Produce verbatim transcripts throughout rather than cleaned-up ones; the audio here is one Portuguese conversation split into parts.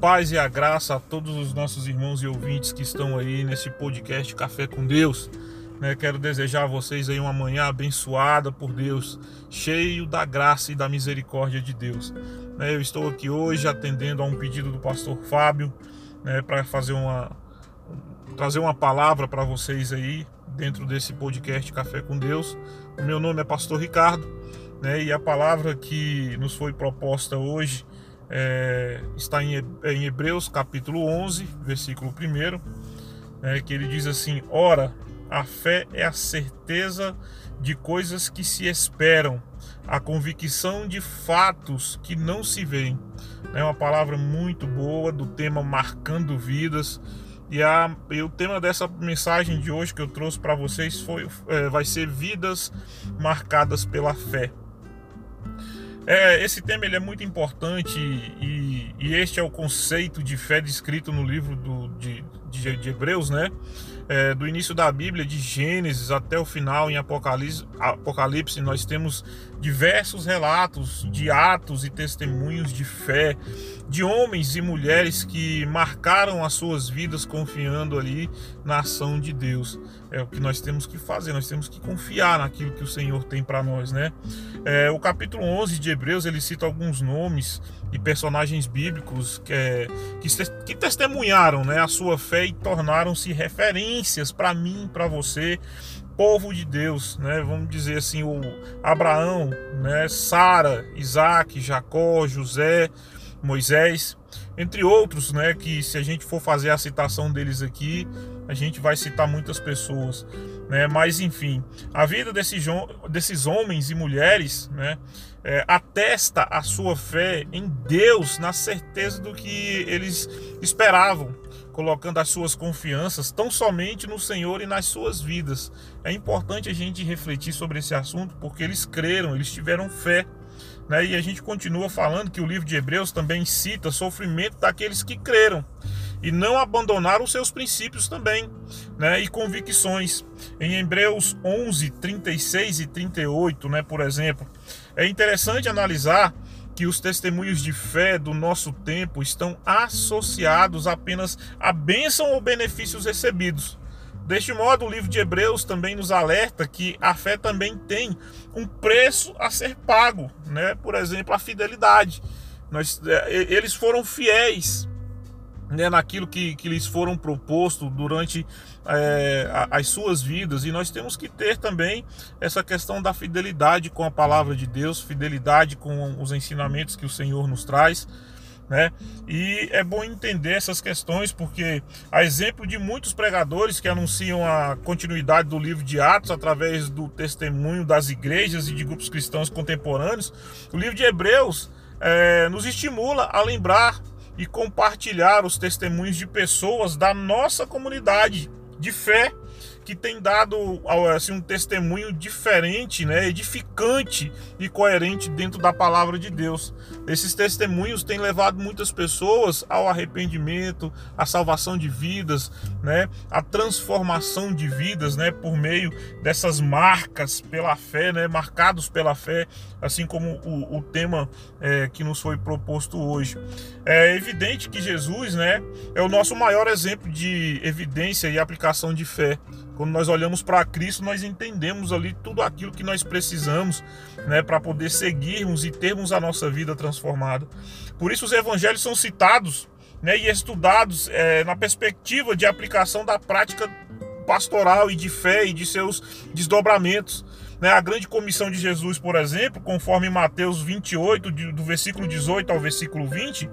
paz e a graça a todos os nossos irmãos e ouvintes que estão aí nesse podcast Café com Deus. Né? Quero desejar a vocês aí uma manhã abençoada por Deus, cheio da graça e da misericórdia de Deus. Né? Eu estou aqui hoje atendendo a um pedido do pastor Fábio, né, para fazer uma, trazer uma palavra para vocês aí dentro desse podcast Café com Deus. O meu nome é pastor Ricardo, né, e a palavra que nos foi proposta hoje É, está em Hebreus capítulo onze, versículo um, é, que ele diz assim: ora, a fé é a certeza de coisas que se esperam, a convicção de fatos que não se veem. É uma palavra muito boa do tema Marcando Vidas. E, a, e o tema dessa mensagem de hoje que eu trouxe para vocês foi, é, vai ser Vidas Marcadas pela Fé. É, esse tema ele é muito importante e, e este é o conceito de fé descrito no livro do, de, de, de Hebreus, né? É, do início da Bíblia, de Gênesis até o final em Apocalipse, Apocalipse, nós temos diversos relatos de atos e testemunhos de fé, de homens e mulheres que marcaram as suas vidas confiando ali na ação de Deus. É o que nós temos que fazer, nós temos que confiar naquilo que o Senhor tem para nós, né? É, o capítulo onze de Hebreus, ele cita alguns nomes e personagens bíblicos que, é, que, que testemunharam, né, a sua fé e tornaram-se referências para mim, para você, povo de Deus, né? Vamos dizer assim, o Abraão, né, Sara, Isaac, Jacó, José, Moisés, entre outros, né, que se a gente for fazer a citação deles aqui, a gente vai citar muitas pessoas, né? Mas enfim, a vida desses, desses homens e mulheres, né, é, atesta a sua fé em Deus, na certeza do que eles esperavam, colocando as suas confianças tão somente no Senhor e nas suas vidas. É importante a gente refletir sobre esse assunto, porque eles creram, eles tiveram fé. Né? E a gente continua falando que o livro de Hebreus também cita sofrimento daqueles que creram e não abandonaram os seus princípios também, né? E convicções. Em Hebreus onze, trinta e seis e trinta e oito, né, por exemplo, é interessante analisar que os testemunhos de fé do nosso tempo estão associados apenas a bênção ou benefícios recebidos. Deste modo, o livro de Hebreus também nos alerta que a fé também tem um preço a ser pago, né? Por exemplo, a fidelidade. Nós, eles foram fiéis, né, naquilo que, que lhes foram proposto durante é, as suas vidas, e nós temos que ter também essa questão da fidelidade com a palavra de Deus, fidelidade com os ensinamentos que o Senhor nos traz, né? E é bom entender essas questões, porque a exemplo de muitos pregadores que anunciam a continuidade do livro de Atos através do testemunho das igrejas e de grupos cristãos contemporâneos, o livro de Hebreus é, nos estimula a lembrar e compartilhar os testemunhos de pessoas da nossa comunidade de fé que tem dado assim, um testemunho diferente, né, edificante e coerente dentro da palavra de Deus. Esses testemunhos têm levado muitas pessoas ao arrependimento, à salvação de vidas, né, à transformação de vidas, né, por meio dessas marcas pela fé, né, marcados pela fé, assim como o, o tema é, que nos foi proposto hoje. É evidente que Jesus, né, é o nosso maior exemplo de evidência e aplicação de fé. Quando nós olhamos para Cristo, nós entendemos ali tudo aquilo que nós precisamos, né, para poder seguirmos e termos a nossa vida transformada. Por isso os evangelhos são citados, né, e estudados é, na perspectiva de aplicação da prática pastoral e de fé e de seus desdobramentos. Né? A grande comissão de Jesus, por exemplo, conforme Mateus vinte e oito, do versículo dezoito ao versículo vinte,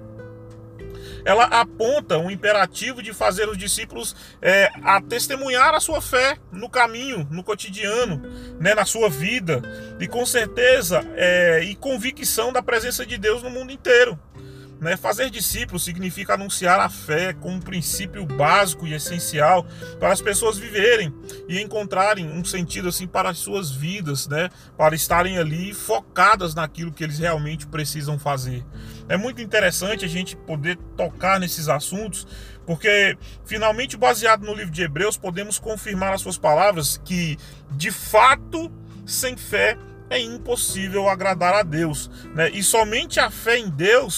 ela aponta um imperativo de fazer os discípulos é, a testemunhar a sua fé no caminho, no cotidiano, né, na sua vida, e com certeza é, e convicção da presença de Deus no mundo inteiro. Né? Fazer discípulos significa anunciar a fé como um princípio básico e essencial para as pessoas viverem e encontrarem um sentido assim para as suas vidas, né? Para estarem ali focadas naquilo que eles realmente precisam fazer. É muito interessante a gente poder tocar nesses assuntos, porque finalmente, baseado no livro de Hebreus, podemos confirmar as suas palavras que, de fato, sem fé é impossível agradar a Deus, né? E somente a fé em Deus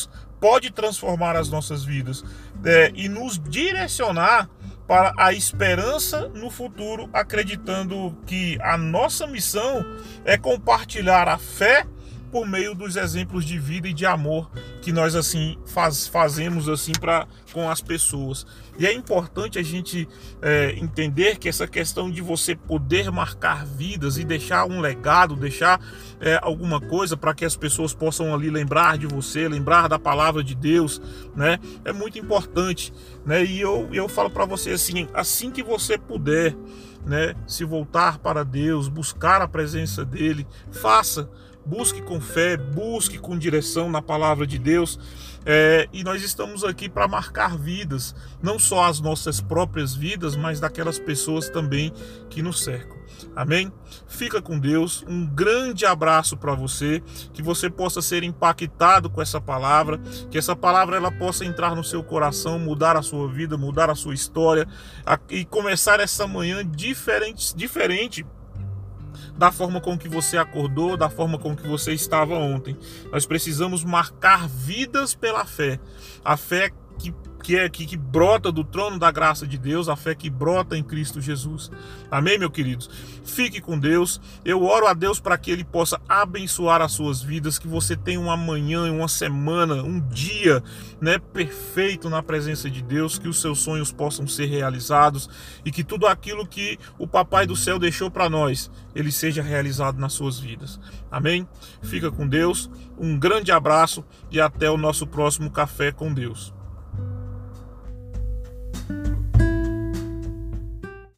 pode transformar as nossas vidas é, e nos direcionar para a esperança no futuro, acreditando que a nossa missão é compartilhar a fé por meio dos exemplos de vida e de amor que nós assim faz, fazemos assim para com as pessoas. E é importante a gente é, entender que essa questão de você poder marcar vidas e deixar um legado, deixar é, alguma coisa para que as pessoas possam ali lembrar de você, lembrar da palavra de Deus, né? É muito importante, né? E eu, eu falo para você assim, assim que você puder, né, se voltar para Deus, buscar a presença dele, faça. Busque com fé, busque com direção na palavra de Deus, é, e nós estamos aqui para marcar vidas, não só as nossas próprias vidas, mas daquelas pessoas também que nos cercam. Amém? Fica com Deus, um grande abraço para você, que você possa ser impactado com essa palavra, que essa palavra ela possa entrar no seu coração, mudar a sua vida, mudar a sua história e começar essa manhã diferente, diferente da forma com que você acordou, da forma com que você estava ontem. Nós precisamos marcar vidas pela fé. A fé que, que, é, que, que brota do trono da graça de Deus, a fé que brota em Cristo Jesus. Amém, meus queridos? Fique com Deus. Eu oro a Deus para que Ele possa abençoar as suas vidas, que você tenha uma manhã, uma semana, um dia, né, perfeito na presença de Deus, que os seus sonhos possam ser realizados e que tudo aquilo que o Papai do Céu deixou para nós, ele seja realizado nas suas vidas. Amém? Fica com Deus, um grande abraço e até o nosso próximo Café com Deus.